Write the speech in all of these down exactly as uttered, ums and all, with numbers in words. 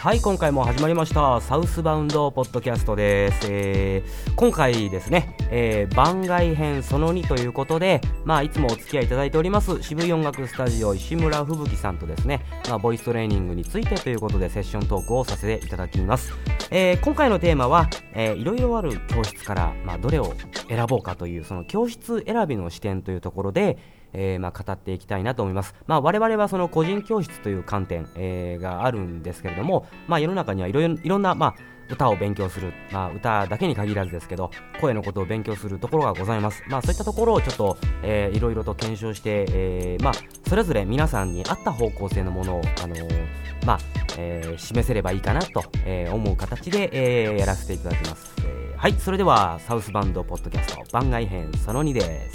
はい、今回も始まりましたサウスバウンドポッドキャストです。えー、今回ですね、えー、番外編そのにということで、まあ、いつもお付き合いいただいております渋い音楽スタジオ石村吹雪さんとですね、まあ、ボイストレーニングについてということでセッショントークをさせていただきます。えー、今回のテーマは、えー、いろいろある教室から、まあ、どれを選ぼうかというその教室選びの視点というところでえーまあ、語っていきたいなと思います。まあ、我々はその個人教室という観点、えー、があるんですけれども、まあ、世の中にはいろいろいろんな、まあ、歌を勉強する、まあ、歌だけに限らずですけど声のことを勉強するところがございます。まあ、そういったところをちょっと、えー、いろいろと検証して、えーまあ、それぞれ皆さんに合った方向性のものを、あのーまあえー、示せればいいかなと、えー、思う形で、えー、やらせていただきます。えー、はい、それではサウスバンドポッドキャスト番外編そのにです。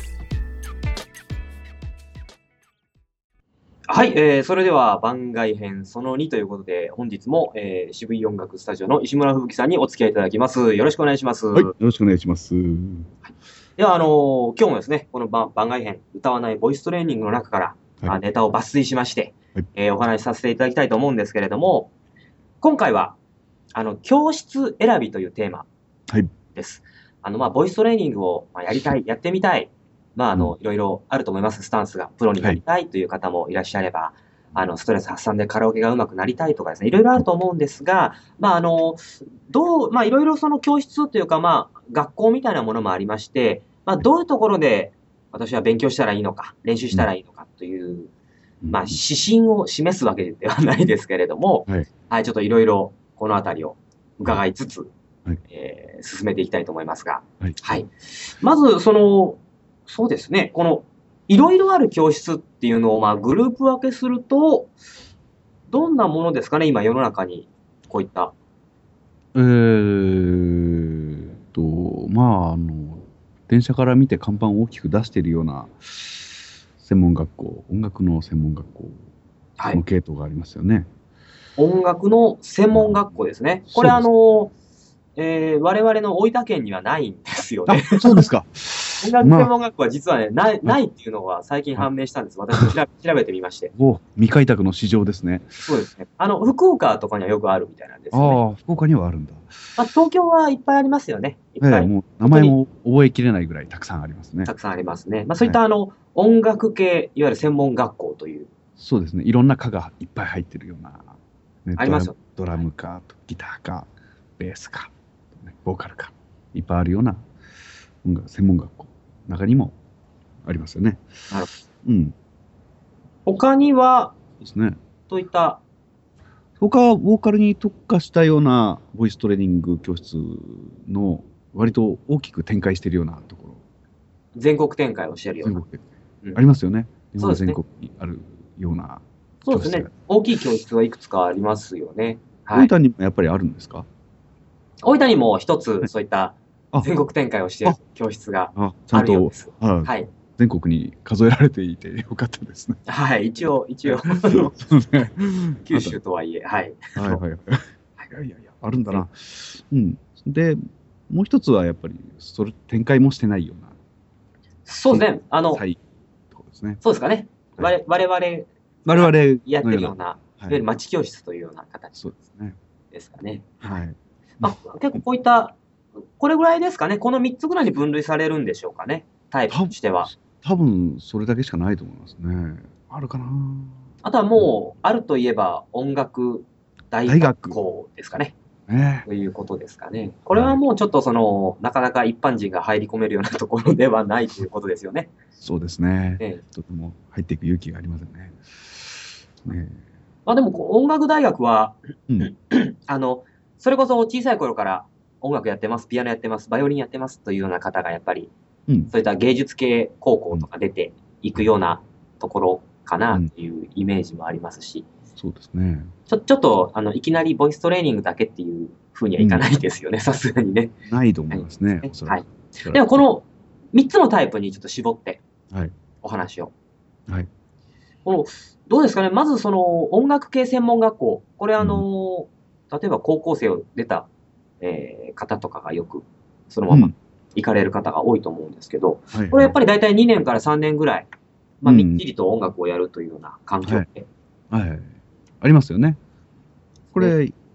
はい、えー、それでは番外編そのにということで、本日も、えー、渋い音楽スタジオの石村吹雪さんにお付き合いいただきます。よろしくお願いします。 はい、よろしくお願いします。はい、 では、あのー、今日もですね、この番外編、歌わないボイストレーニングの中から、はい、ネタを抜粋しまして、はい、えー、お話しさせていただきたいと思うんですけれども、今回は、あの、教室選びというテーマです。はい、あの、まあ、ボイストレーニングをやりたい、やってみたい。まあ、あの、いろいろあると思います、スタンスが。プロになりたいという方もいらっしゃれば、はい、あの、ストレス発散でカラオケが上手くなりたいとかですね、いろいろあると思うんですが、まあ、あの、どう、まあ、いろいろその教室というか、まあ、学校みたいなものもありまして、まあ、どういうところで私は勉強したらいいのか、練習したらいいのかという、うん、まあ、指針を示すわけではないですけれども、はい、はい、ちょっといろいろこのあたりを伺いつつ、はい、えー、進めていきたいと思いますが、はい。はい、まず、その、そうですね。この、いろいろある教室っていうのを、まあ、グループ分けすると、どんなものですかね、今世の中に、こういった。 えーと、まあ、あの、電車から見て看板を大きく出しているような専門学校、音楽の専門学校の系統がありますよね。 はい、音楽の専門学校ですね。これ、あの、えー、我々の大分県にはないんですよね。 そうですか。 音楽専門学校は実はね、まあ、ない、ないっていうのが最近判明したんです。私も調べてみまして。 お、未開拓の市場ですね。 そうですね。あの、福岡とかにはよくあるみたいなんですよね。 ああ、福岡にはあるんだ。 まあ、東京はいっぱいありますよね。いっぱい。 ええ、もう名前も覚えきれないぐらいたくさんありますね。 たくさんありますね。まあ、そういったあの、はい、音楽系、いわゆる専門学校という。 そうですね。いろんな科がいっぱい入ってるような。 ね、ありますよ。 ドラムか、ギターか、ベースか、ボーカルか、いっぱいあるような音楽専門学校の中にもありますよね。 なるほど。うん。 他には、 そうですね。 といった。 他はボーカルに特化したようなボイストレーニング教室の割と大きく展開しているようなところ。 全国展開をしているような。 全国展開、うん、ありますよね。日本全国にあるような。 そうですね。大きい教室はいくつかありますよね。 はい、大分にもやっぱりあるんですか？ 大分にも一つそういった全国展開をしている教室があるようです。 あ、はい。全国に数えられていてよかったですね。 はい、一応、一応。九州とはいえ、はい。 はいはいはい。いやいやいや、あるんだな。うん。で、もう一つはやっぱり、それ、展開もしてないような。 そうですね。あの、 はい。ですね。 そうですかね。我々、 我々 やってるような、いわゆる町教室というような形そうですね。 ですかね。 はい。 まあ、結構こういった、これぐらいですかね。このみっつぐらいに分類されるんでしょうかね。タイプとしては。 多分、それだけしかないと思いますね。あるかな。 あとはもう、あるといえば音楽大学校ですかね。 ね、 ということですかね。これはもうちょっとその、なかなか一般人が入り込めるようなところではないということですよね。 そうですね。ええ、とても入っていく勇気がありませんね。 ね、まあでも音楽大学は、うん、あの、それこそ小さい頃から音楽やってます、ピアノやってます、バイオリンやってますというような方がやっぱり、うん、そういった芸術系高校とか出ていくようなところかなっていうイメージもありますし、 うん、そうですね。 ちょ、ちょっと、あの、いきなりボイストレーニングだけっていうふうにはいかないですよね、さすがにね。 ないと思いますね。 はい。では、このみっつのタイプにちょっと絞って、 はい。 お話を。 はい。 この、どうですかね、まずその、音楽系専門学校。これあの、うん、例えば高校生を出た、えー、方とかがよく、そのまま行かれる方が多いと思うんですけど、うん、これやっぱり大体にねんからさんねんぐらい、まあ、みっちりと音楽をやるというような環境で。 はい。はい、ありますよね。これ、ね、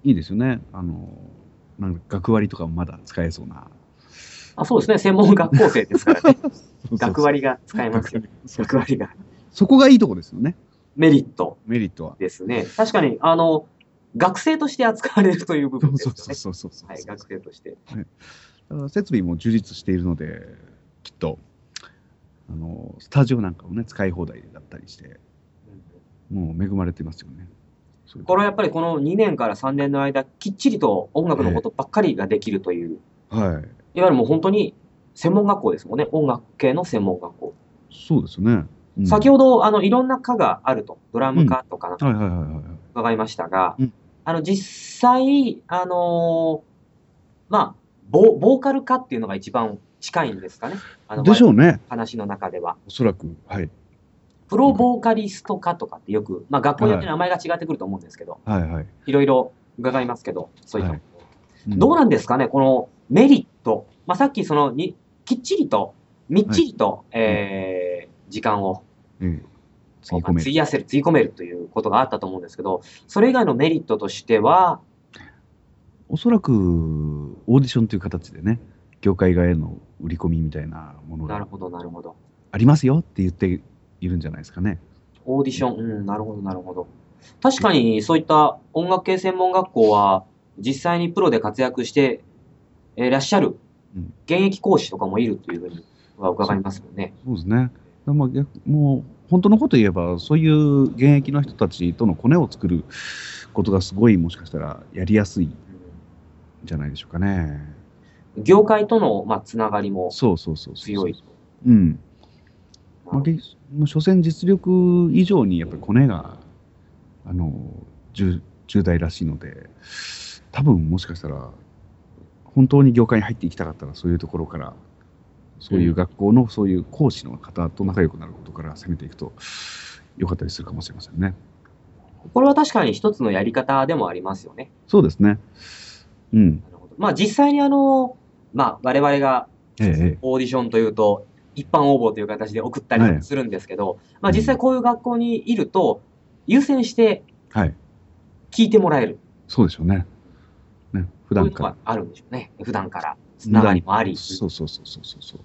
いいですよね。あの、なんか学割とかもまだ使えそうな。 あ、そうですね。専門学校生ですからね。 そうそうそう学割が使えますよ。 そう学割が。 そこがいいとこですよね。 メリットメリットは。 ですね。確かに、あの、学生として扱われるという部分ですよね。 そうそうそうそうそう。 はい、学生として。 ね、だから設備も充実しているので、きっと、あの、スタジオなんかもね、使い放題だったりして、もう恵まれてますよね。 これはやっぱりこのにねんからさんねんの間、きっちりと音楽のことばっかりができるという、 はい。いわゆるもう本当に専門学校ですもんね。音楽系の専門学校。 そうですね。 うん、先ほど、あの、いろんな科があると。ドラム科とか、 はいはいはいはい。 伺いましたが、 うん、 あの、実際、あのー、まあ、ボボーカル科っていうのが一番近いんですかね。あのでしょうね。 話の中では。 おそらく、はい。 プロボーカリスト科とかってよく、まあ学校によって名前が違ってくると思うんですけど、 はいはい。 いろいろ伺いますけど、そういった、はい、 うん、 どうなんですかね、このメリット。まあさっきそのに、きっちりと、みっちりと、はい、えー、時間を、うん、費やせる、つぎ込めるということがあったと思うんですけど、それ以外のメリットとしては、 おそらくオーディションという形でね、業界外への売り込みみたいなものが、なるほど、なるほど。ありますよって言っているんじゃないですかね。 オーディション、うん、なるほど、なるほど。確かにそういった音楽系専門学校は、実際にプロで活躍していらっしゃる現役講師とかもいるというふうには伺いますよね。 そうですね。まあ、もう本当のこと言えば、そういう現役の人たちとのコネを作ることがすごい、もしかしたらやりやすいんじゃないでしょうかね。 業界との、まあ、つながりも強い。 そうそうそうそう。うん。まあ、所詮実力以上にやっぱりコネが、あの、重大らしいので、多分もしかしたら、本当に業界に入っていきたかったら、そういうところから、そういう学校のそういう講師の方と仲良くなることから攻めていくと、良かったりするかもしれませんね。 これは確かに一つのやり方でもありますよね。 そうですね。うん。 なるほど。まあ実際にあの、まあ我々がオーディションというと、一般応募という形で送ったりするんですけど、はい、まあ実際こういう学校にいると、優先して聞いてもらえる。はい、 そうでしょうね。ね、普段から。 そういうのがあるんでしょうね。普段から。つながりもあり。 そうそうそうそうそう。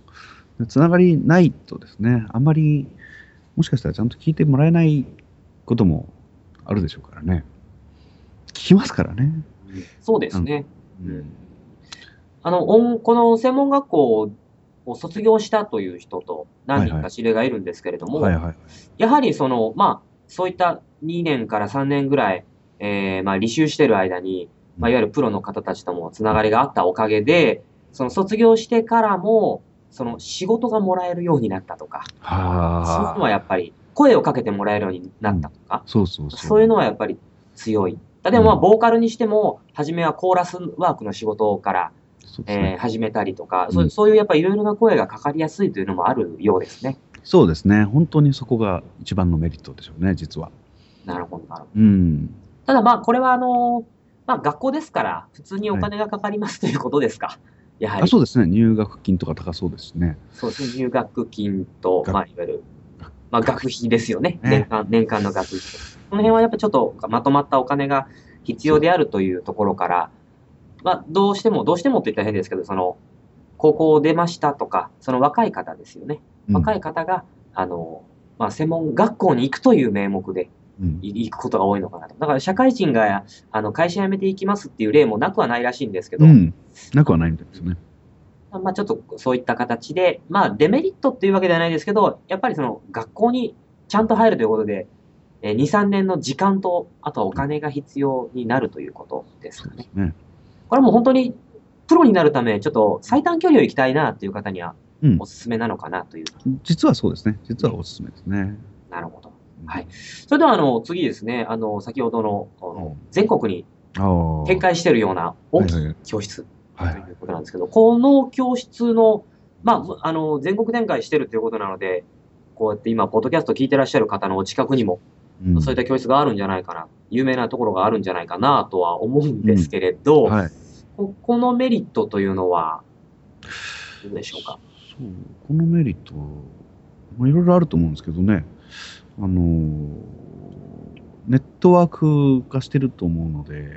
つながりないとですね、あんまり、もしかしたらちゃんと聞いてもらえないこともあるでしょうからね。聞きますからね。 そうですね。うん、あの、この専門学校を卒業したという人と何人か知り合いがいるんですけれども、やはりその、まあ、そういったにねんからさんねんぐらい、えー、まあ、履修してる間に、まあ、いわゆるプロの方たちともつながりがあったおかげで、その卒業してからも、その仕事がもらえるようになったとか、そういうのはやっぱり声をかけてもらえるようになったとか、 そうそうそう。 そういうのはやっぱり強い。例えばまあ、ボーカルにしても、初めはコーラスワークの仕事から、えー、始めたりとか、うん、そ, そういうやっぱりいろいろな声がかかりやすいというのもあるようですね。 そうですね。本当にそこが一番のメリットでしょうね、実は。 なるほど、なるほど。 うん。 ただまあ、これはあの、まあ学校ですから、普通にお金がかかります、はい、ということですか。やはり。 あ、そうですね。入学金とか高そうですね。 そうですね。入学金と、まあ、いわゆる、まあ、学費ですよね。ね年間、年間の学費。この辺はやっぱちょっとまとまったお金が必要であるというところから、まあ、どうしても、どうしてもって言ったら変ですけど、その、高校を出ましたとか、その若い方ですよね。若い方が、うん、あの、まあ、専門学校に行くという名目で、うん、行くことが多いのかなと。だから社会人が、あの、会社辞めていきますっていう例もなくはないらしいんですけど。うん、 なくはないみたいですね。 まあ、ちょっとそういった形で、まあ、デメリットっていうわけではないですけど、やっぱりその、学校にちゃんと入るということで、に、さんねんの時間と、あとはお金が必要になるということですかね。うん、ね、これも本当に、プロになるため、ちょっそ最短距離を行きたいなという方には、おすすめなのかなという、 うん。実はそうですね。実はおすすめですね。 なるほど。はい。それでは、あの、次ですね、あの、先ほどの、あの全国に展開しているような大きい教室ということなんですけど、はいはい、この教室の、まあ、あの、全国展開しているということなので、こうやって今、ポッドキャスト聞いてらっしゃる方のお近くにも、うん、そういった教室があるんじゃないかな、有名なところがあるんじゃないかなとは思うんですけれど、うん、はい、ここのメリットというのは、どうでしょうか。 そう、このメリットは、いろいろあると思うんですけどね、あの、ネットワーク化してると思うので、あ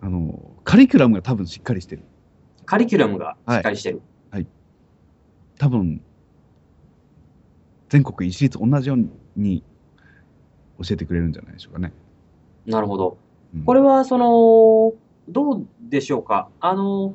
あの、カリキュラムが多分しっかりしてる。 カリキュラムがしっかりしてる。 はい。はい、多分、全国一律同じように教えてくれるんじゃないでしょうかね。 なるほど。うん、これは、その、どうでしょうか。あの、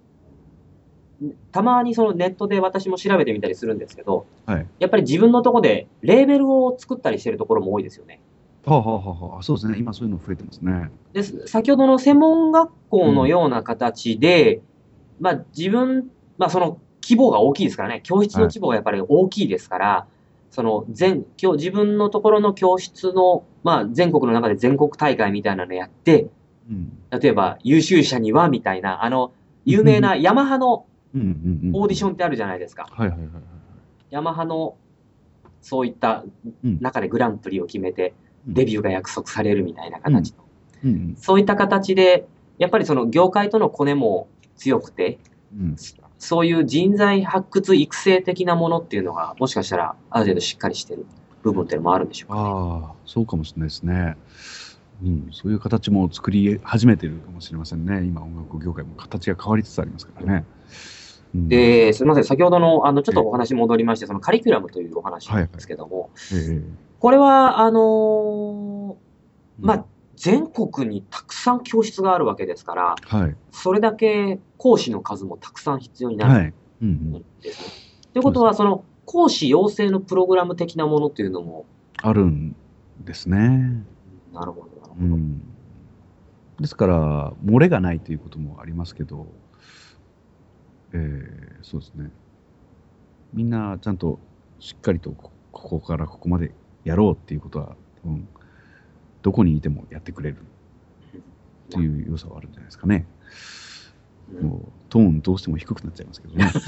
たまにそのネットで私も調べてみたりするんですけど、はい、やっぱり自分のところでレーベルを作ったりしてるところも多いですよね。 はあはあはあ、そうですね。今そういうの増えてますね。 で、先ほどの専門学校のような形で、うん、まあ自分、まあその規模が大きいですからね、教室の規模がやっぱり大きいですから、はい、その全、今日自分のところの教室の、まあ全国の中で全国大会みたいなのやって、うん、例えば優秀者にはみたいな、あの、有名なヤマハのオーディションってあるじゃないですか。ヤマハのそういった中でグランプリを決めて、デビューが約束されるみたいな形の、うんうん、そういった形で、やっぱりその業界とのコネも強くて、うん、そういう人材発掘育成的なものっていうのが、もしかしたらある程度しっかりしてる部分っていうのもあるんでしょうかね。 ああ、そうかもしれないですね。うん、そういう形も作り始めてるかもしれませんね。今音楽業界も形が変わりつつありますからね。 うん、で、すみません。先ほどの、あの、ちょっとお話戻りまして、そのカリキュラムというお話なんですけども、はいはい、これは、あのー、まあ、全国にたくさん教室があるわけですから、はい、それだけ講師の数もたくさん必要になるんですね。ということは、その講師養成のプログラム的なものというのもあるんですね。 なるほど、なるほど。 うん、ですから、漏れがないということもありますけど、えー、そうですね。みんなちゃんとしっかりとここからここまでやろうっていうことは、うん、どこにいてもやってくれるっていう良さはあるんじゃないですかね。うん、もうトーンどうしても低くなっちゃいますけどね。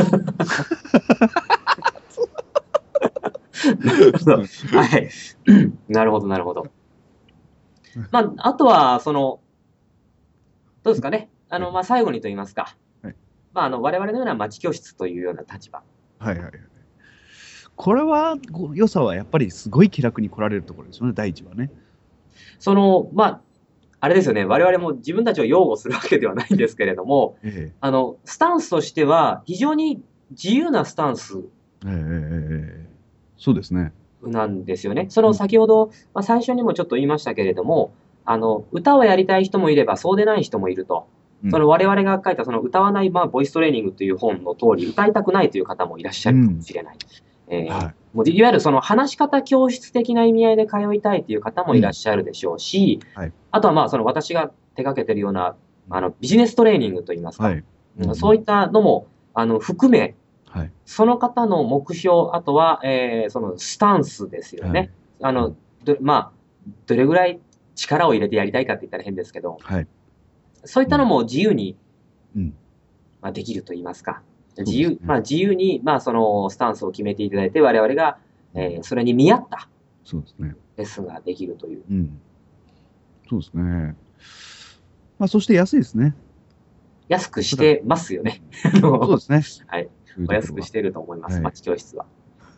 はい。なるほど、なるほど。まあ、あとは、その、どうですかね。あの、まあ、最後にと言いますか。はい、まあ、あの、我々のような町教室というような立場。 はいはいはい。これは、良さはやっぱりすごい気楽に来られるところですよね、第一はね。 その、まあ、あれですよね。我々も自分たちを擁護するわけではないんですけれども、ええ、あの、スタンスとしては、非常に自由なスタンス。 ええええ、そうですね。 なんですよね。その先ほど、まあ、最初にもちょっと言いましたけれども、あの、歌をやりたい人もいれば、そうでない人もいると。うん、その我々が書いた、その歌わない、まあ、ボイストレーニングという本の通り、歌いたくないという方もいらっしゃるかもしれない。うん、えーはい、もういわゆるその話し方教室的な意味合いで通いたいという方もいらっしゃるでしょうし、うんはい、あとはまあ、その私が手掛けているような、あの、ビジネストレーニングといいますか、はいうん、そういったのも、あの、含め、はい、その方の目標、あとは、えー、そのスタンスですよね。はい、あの、どまあ、どれぐらい力を入れてやりたいかって言ったら変ですけど、はい、そういったのも自由に、うんまあ、できると言いますか、自由、ねまあ、自由に、まあ、そのスタンスを決めていただいて、我々が、えー、それに見合ったレッスンができるという。 うん、そうですね。まあ、そして安いですね。 安くしてますよね。 そうですね。 はい。お安くしていると思います、はい、町教室は。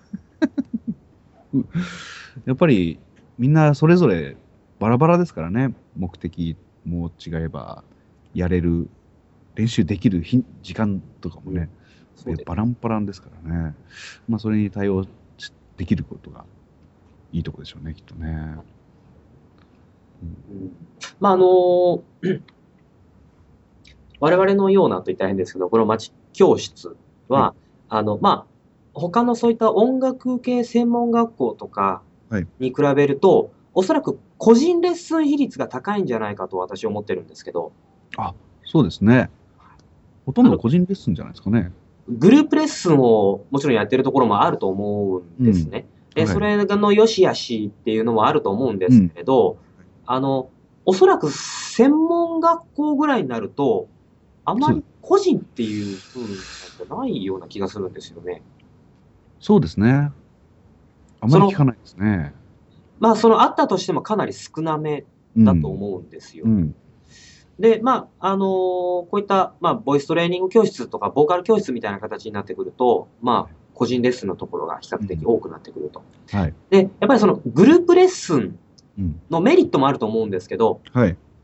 やっぱりみんなそれぞれバラバラですからね。目的も違えば、やれる、練習できる日時間とかもね、うん、バランバランですからね。まあそれに対応できることがいいとこでしょうね、きっとね。うんうん、まああのー、我々のようなと言ったら変ですけど、この町教室は、うん、あの、まあ、他のそういった音楽系専門学校とかに比べると、はい、おそらく個人レッスン比率が高いんじゃないかと私は思ってるんですけど。 あ、そうですね。ほとんど個人レッスンじゃないですかね。 グループレッスンをもちろんやってるところもあると思うんですね。うん、で、はい、それの良し悪しっていうのもあると思うんですけれど、うん、あの、おそらく専門学校ぐらいになると、あまり個人っていう風にないような気がするんですよね。 そうですね。あまり聞かないですね。 まあ、そのあったとしてもかなり少なめだと思うんですよ。うんうん、で、まあ、あのー、こういった、まあ、ボイストレーニング教室とか、ボーカル教室みたいな形になってくると、まあ、個人レッスンのところが比較的多くなってくると。うんはい、で、やっぱりそのグループレッスンのメリットもあると思うんですけど、はい、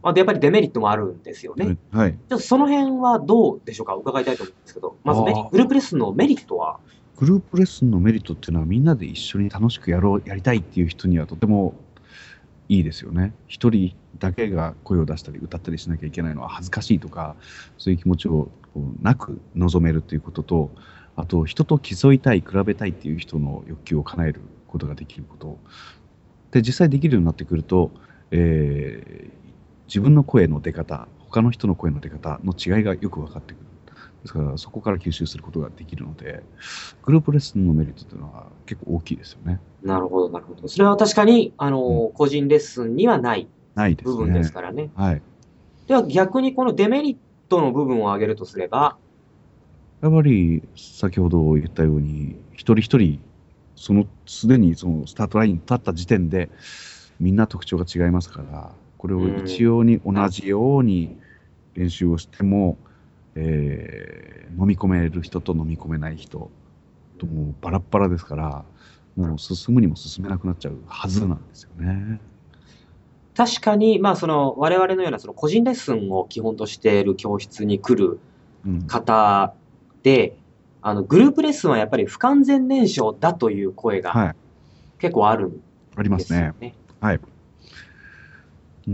あとやっぱりデメリットもあるんですよね。 はい。 ちょっとその辺はどうでしょうか、伺いたいと思うんですけど、まずメリあーグループレッスンのメリットは？ グループレッスンのメリットっていうのは、みんなで一緒に楽しくやろう、やりたいっていう人にはとてもいいですよね。一人だけが声を出したり歌ったりしなきゃいけないのは恥ずかしいとか、そういう気持ちをこうなく望めるということと、あと人と競いたい、比べたいっていう人の欲求を叶えることができること。で、実際できるようになってくると、えー自分の声の出方、他の人の声の出方の違いがよく分かってくる。ですからそこから吸収することができるので、グループレッスンのメリットというのは結構大きいですよね。 なるほど、なるほど。それは確かに、あの、 うん個人レッスンにはないないですね。 部分ですからね。 はい。 では逆にこのデメリットの部分を挙げるとすれば、 やっぱり先ほど言ったように、一人一人、そのすでにそのスタートラインに立った時点で、みんな特徴が違いますから、これを一様に同じように練習をしても、えー飲み込める人と飲み込めない人ともうバラッバラですから、もう進むにも進めなくなっちゃうはずなんですよね。 確かに、まあその我々のようなその個人レッスンを基本としている教室に来るうん、 方で、あのグループレッスンはやっぱり不完全燃焼だという声がはい、 結構あるんありまですすよね。 ね。 はい。うん。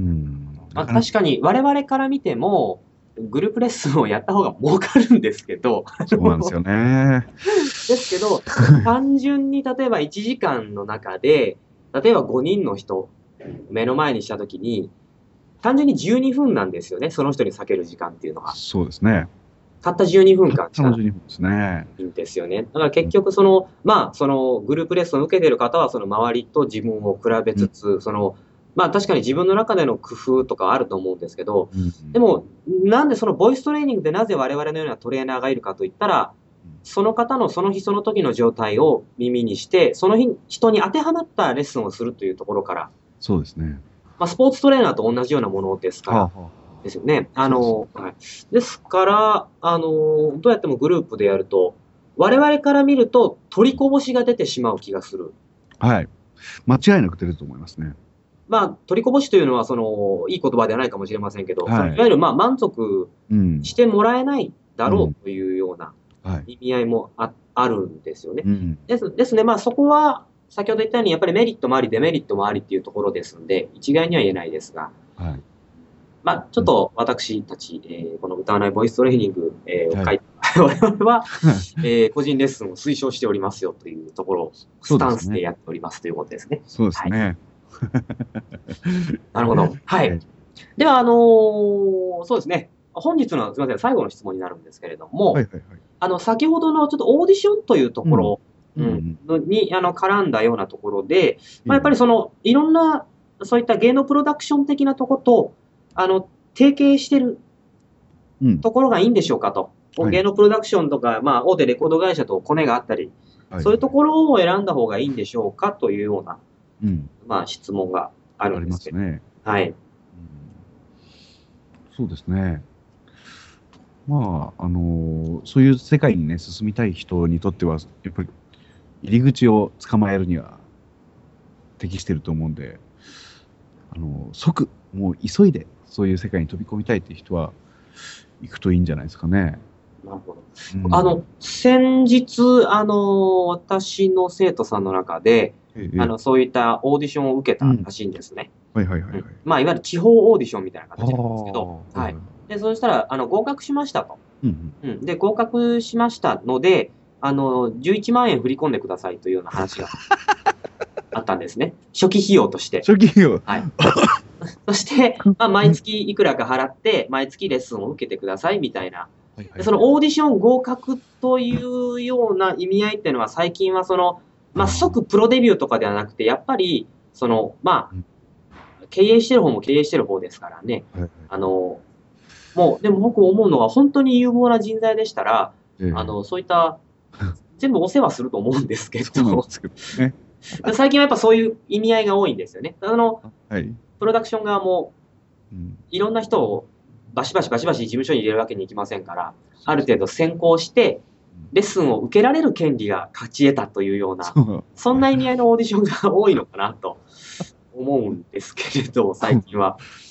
まあ、 なかなか確かに我々から見ても、グループレッスンをやった方が儲かるんですけど、 そうなんですよね。 ですけど、単純に例えばいちじかんの中で、例えばごにんの人、目の前にしたときに、単純にじゅうにふんなんですよね、その人に避ける時間っていうのは。 そうですね。 たったじゅうにふんかんしかなじゅうにふんですね。 いんですよね。だから結局その、まあ、そのグループレッスンを受けている方は、その周りと自分を比べつつ、その、まあ確かに自分の中での工夫とかあると思うんですけど、 うんでも、なんでそのボイストレーニングでなぜ我々のようなトレーナーがいるかといったら、その方のその日その時の状態を耳にして、その日、人に当てはまったレッスンをするというところから、 そうですね。 まあスポーツトレーナーと同じようなものですから、 はあはあですよね。あの、はい。ですから、あの、どうやってもグループでやると、我々から見ると取りこぼしが出てしまう気がする。 はい。間違いなく出ると思いますね。 まあ、取りこぼしというのは、その、いい言葉ではないかもしれませんけど、 はいそのいわゆる、まあ、満足うん。 してもらえないだろうというようなはい。 意味合いもああるんですよね。 うん。 ですですね、まあ、そこは、先ほど言ったように、やっぱりメリットもあり、デメリットもありっていうところですんで、一概には言えないですが、 はい。 まあ、ちょっと私たち、えーこの歌わないボイストレーニング、えーをはい書いて、我々は、えー個人レッスンを推奨しておりますよというところを、スタンスでやっておりますということですね。 そうですね。 なるほど。はい。では、あのーそうですね。本日の、すみません、最後の質問になるんですけれども、 はいはいはい。 あの、先ほどのちょっとオーディションというところ、 うんうんのに、あの、絡んだようなところで、まあ、やっぱりその、いろんな、そういった芸能プロダクション的なところと、あの、提携してるうん。 ところがいいんでしょうかと。 はい芸能プロダクションとか、まあ、大手レコード会社とコネがあったり、 はいそういうところを選んだ方がいいんでしょうかというような、 うん。 まあ、質問があありるんでけど。 ますすね。 はい。 うんそうですね。まあ、あのーそういう世界にね、進みたい人にとっては、やっぱり入り口を捕まえるには適してると思うんで、あのー即、もう急いでそういう世界に飛び込みたいっていう人は、行くといいんじゃないですかね。 なるほど。 うんあの、先日、あの、私の生徒さんの中で、 ええあの、そういったオーディションを受けたらしいんですね。 はいはいはいはい。 まあ、いわゆる地方オーディションみたいな形なんですけど、 あーはい。で、そうしたら、あの、合格しましたと。 うんうん。で、合格しましたので、あの、じゅういちまんえん振り込んでくださいというような話があったんですね。初期費用としてうん。。初期費用。 はい。そして、まあ、毎月いくらか払って、毎月レッスンを受けてくださいみたいな。 はいはいでそのオーディション合格というような意味合いっていうのは、最近はその、まあ、即プロデビューとかではなくて、やっぱり、その、まうんあ、経営してる方も経営してる方ですからね。 はいはいあの、もう、でも僕思うのは、本当に有望な人材でしたら、 ええあの、そういった、全部お世話すると思うんですけどそうなんで、すけどね。 最近はやっぱそういう意味合いが多いんですよね。あの、 はい。 プロダクション側も、 うんいろんな人をバシバシバシバシ事務所に入れるわけにいきませんから、ある程度先行して、レッスンを受けられる権利が勝ち得たというような、 そうそんな意味合いのオーディションが多いのかなと思うんですけれど、最近は。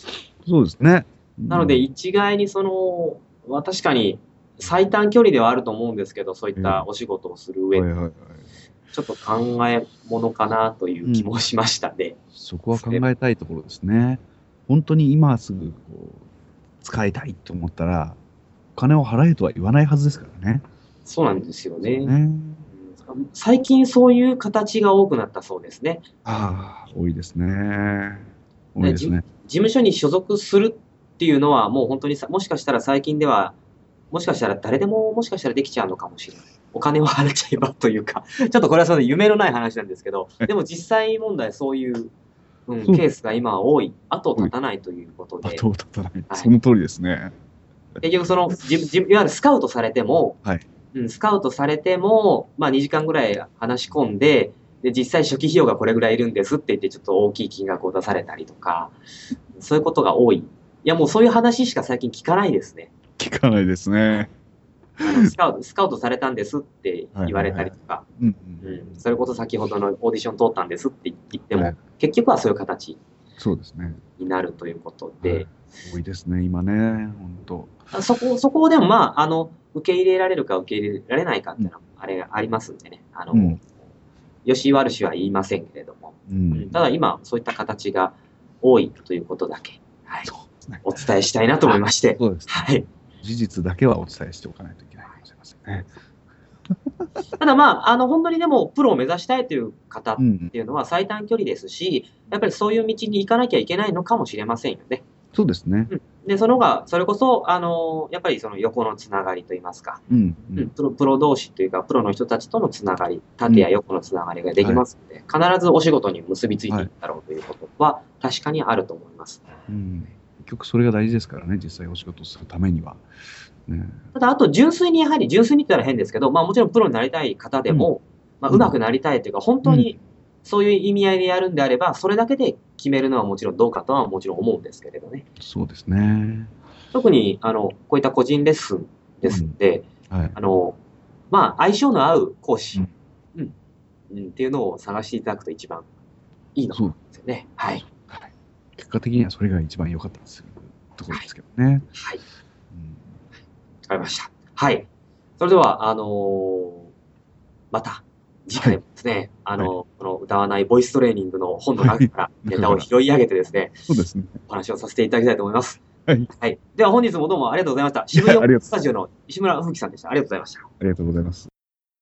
そうですね。 なので、一概にその、まあ、確かに最短距離ではあると思うんですけど、そういったお仕事をする上で、はいはいはい、ちょっと考えものかなという気もしましたね。うん、 そこは考えたいところですね。本当に今すぐこう使いたいと思ったら、お金を払えとは言わないはずですからね。 そうなんですよね。ね、最近そういう形が多くなったそうですね。 ああ、多いですね。多いですね。 事務所に所属するっていうのは、もう本当にもしかしたら最近では、もしかしたら誰でももしかしたらできちゃうのかもしれない。お金を払っちゃえばというか、ちょっとこれはその夢のない話なんですけど、でも実際問題そういう、うん、ケースが今は多い。後を絶たないということで。 後を絶たない。はい、その通りですね。 結局その、じじいわゆるスカウトされても、はい、うん、スカウトされても、まあにじかんぐらい話し込んで、で、実際初期費用がこれぐらいいるんですって言って、ちょっと大きい金額を出されたりとか、そういうことが多い。いや、もうそういう話しか最近聞かないですね。 聞かないですね。 あのスカウト、スカウトされたんですって言われたりとか、それこそ先ほどのオーディション通ったんですって言っても、はい、結局はそういう形になるということで。はい、 多いですね、今ね、本当。そこ、そこでもまあ、あの、受け入れられるか受け入れられないかっていうのは、あれがありますんでね。あの、うん、よし悪しは言いませんけれども、うん、ただ今、そういった形が多いということだけ、はい、ね、お伝えしたいなと思いまして、 そうですね、はい、事実だけはお伝えしておかないといけないかもしれませんね。 ただまあ、あの、本当にでも、プロを目指したいという方っていうのは最短距離ですし、やっぱりそういう道に行かなきゃいけないのかもしれませんよね。 そうですね。 うん、で、そのが、それこそ、あの、やっぱりその横のつながりといいますか、うんうん、プロ、プロ同士というか、プロの人たちとのつながり、縦や横のつながりができますので、うん、はい、必ずお仕事に結びついていくだろうということは、確かにあると思います。 うん、結局それが大事ですからね、実際お仕事をするためには。ね、 ただ、あと、純粋にやはり、純粋に言ったら変ですけど、まあもちろんプロになりたい方でも、うん、まあ上手くなりたいというか、本当にそういう意味合いでやるんであれば、それだけで決めるのはもちろんどうかとはもちろん思うんですけれどね。 そうですね。 特に、あの、こういった個人レッスンですので、うん、はい、あの、まあ相性の合う講師、うんうんうん、っていうのを探していただくと一番いいのですよね。はい。はい、 結果的にはそれが一番良かったりするところですけどね。はい。はい、 わかりました。はい。それでは、あのー、また、次回ですね、はい、あのー、はい、この歌わないボイストレーニングの本の中からネタを拾い上げてですね、 そうですね。 お話をさせていただきたいと思います。 はい。 はい。では本日もどうもありがとうございました。渋谷スタジオの石村風紀さんでした。ありがとうございました。 ありがとうございます。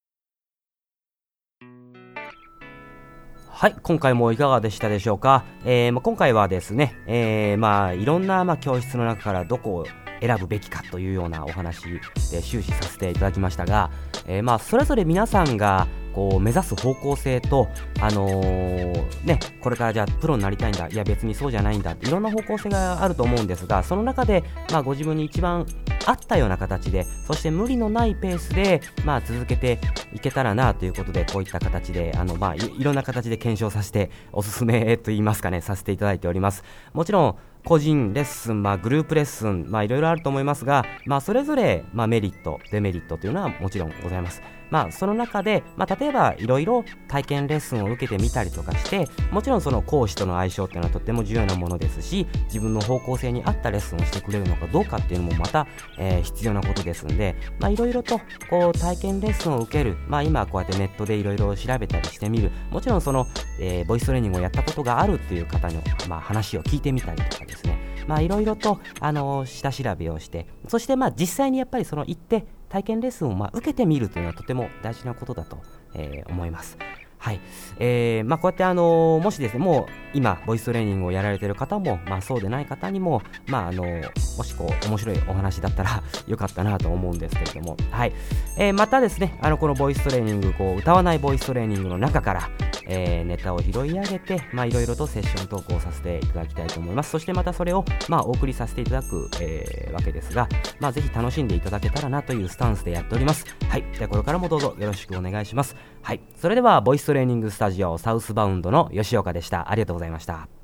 はい、今回もいかがでしたでしょうか。えーまあ、今回はですね、えーまあ、いろんな、まあ、教室の中からどこを選ぶべきかというようなお話で終始させていただきましたが、えーまあ、それぞれ皆さんがこう目指す方向性と、あのーね、これからじゃあプロになりたいんだ、いや別にそうじゃないんだっていろんな方向性があると思うんですが、その中で、まあ、ご自分に一番合ったような形で、そして無理のないペースで、まあ、続けていけたらなということで、こういった形であの、まあ、い, いろんな形で検証させておすすめといいますかね、させていただいております。もちろん個人レッスン、まあ、グループレッスン、まあ、いろいろあると思いますが、まあ、それぞれ、まあ、メリット、デメリットというのはもちろんございます。まあ、その中で、まあ、例えばいろいろ体験レッスンを受けてみたりとかして、もちろんその講師との相性っていうのはとっても重要なものですし、自分の方向性に合ったレッスンをしてくれるのかどうかっていうのもまた、えー、必要なことですんで、まあ、いろいろとこう体験レッスンを受ける、まあ、今こうやってネットでいろいろ調べたりしてみる、もちろんその、えー、ボイストレーニングをやったことがあるっていう方の、まあ、話を聞いてみたりとかですね、まあ、いろいろと、あのー、下調べをして、そしてまあ実際にやっぱりその行って体験レッスンをまあ受けてみるというのはとても大事なことだと、えー、思います。はい、えーまあ、こうやって、あのー、もしですね、もう今ボイストレーニングをやられている方も、まあ、そうでない方にも、まああのー、もしこう面白いお話だったらよかったなと思うんですけれども、はい、えー、またですね、あのこのボイストレーニング、こう歌わないボイストレーニングの中から、えー、ネタを拾い上げて、まあ、いろいろとセッショントークをさせていただきたいと思います。そしてまたそれを、まあ、お送りさせていただく、えー、わけですが、まあ、ぜひ楽しんでいただけたらなというスタンスでやっております。はい、ではこれからもどうぞよろしくお願いします。はい、それではボイストレーニングスタジオサウスバウンドの吉岡でした。ありがとうございました。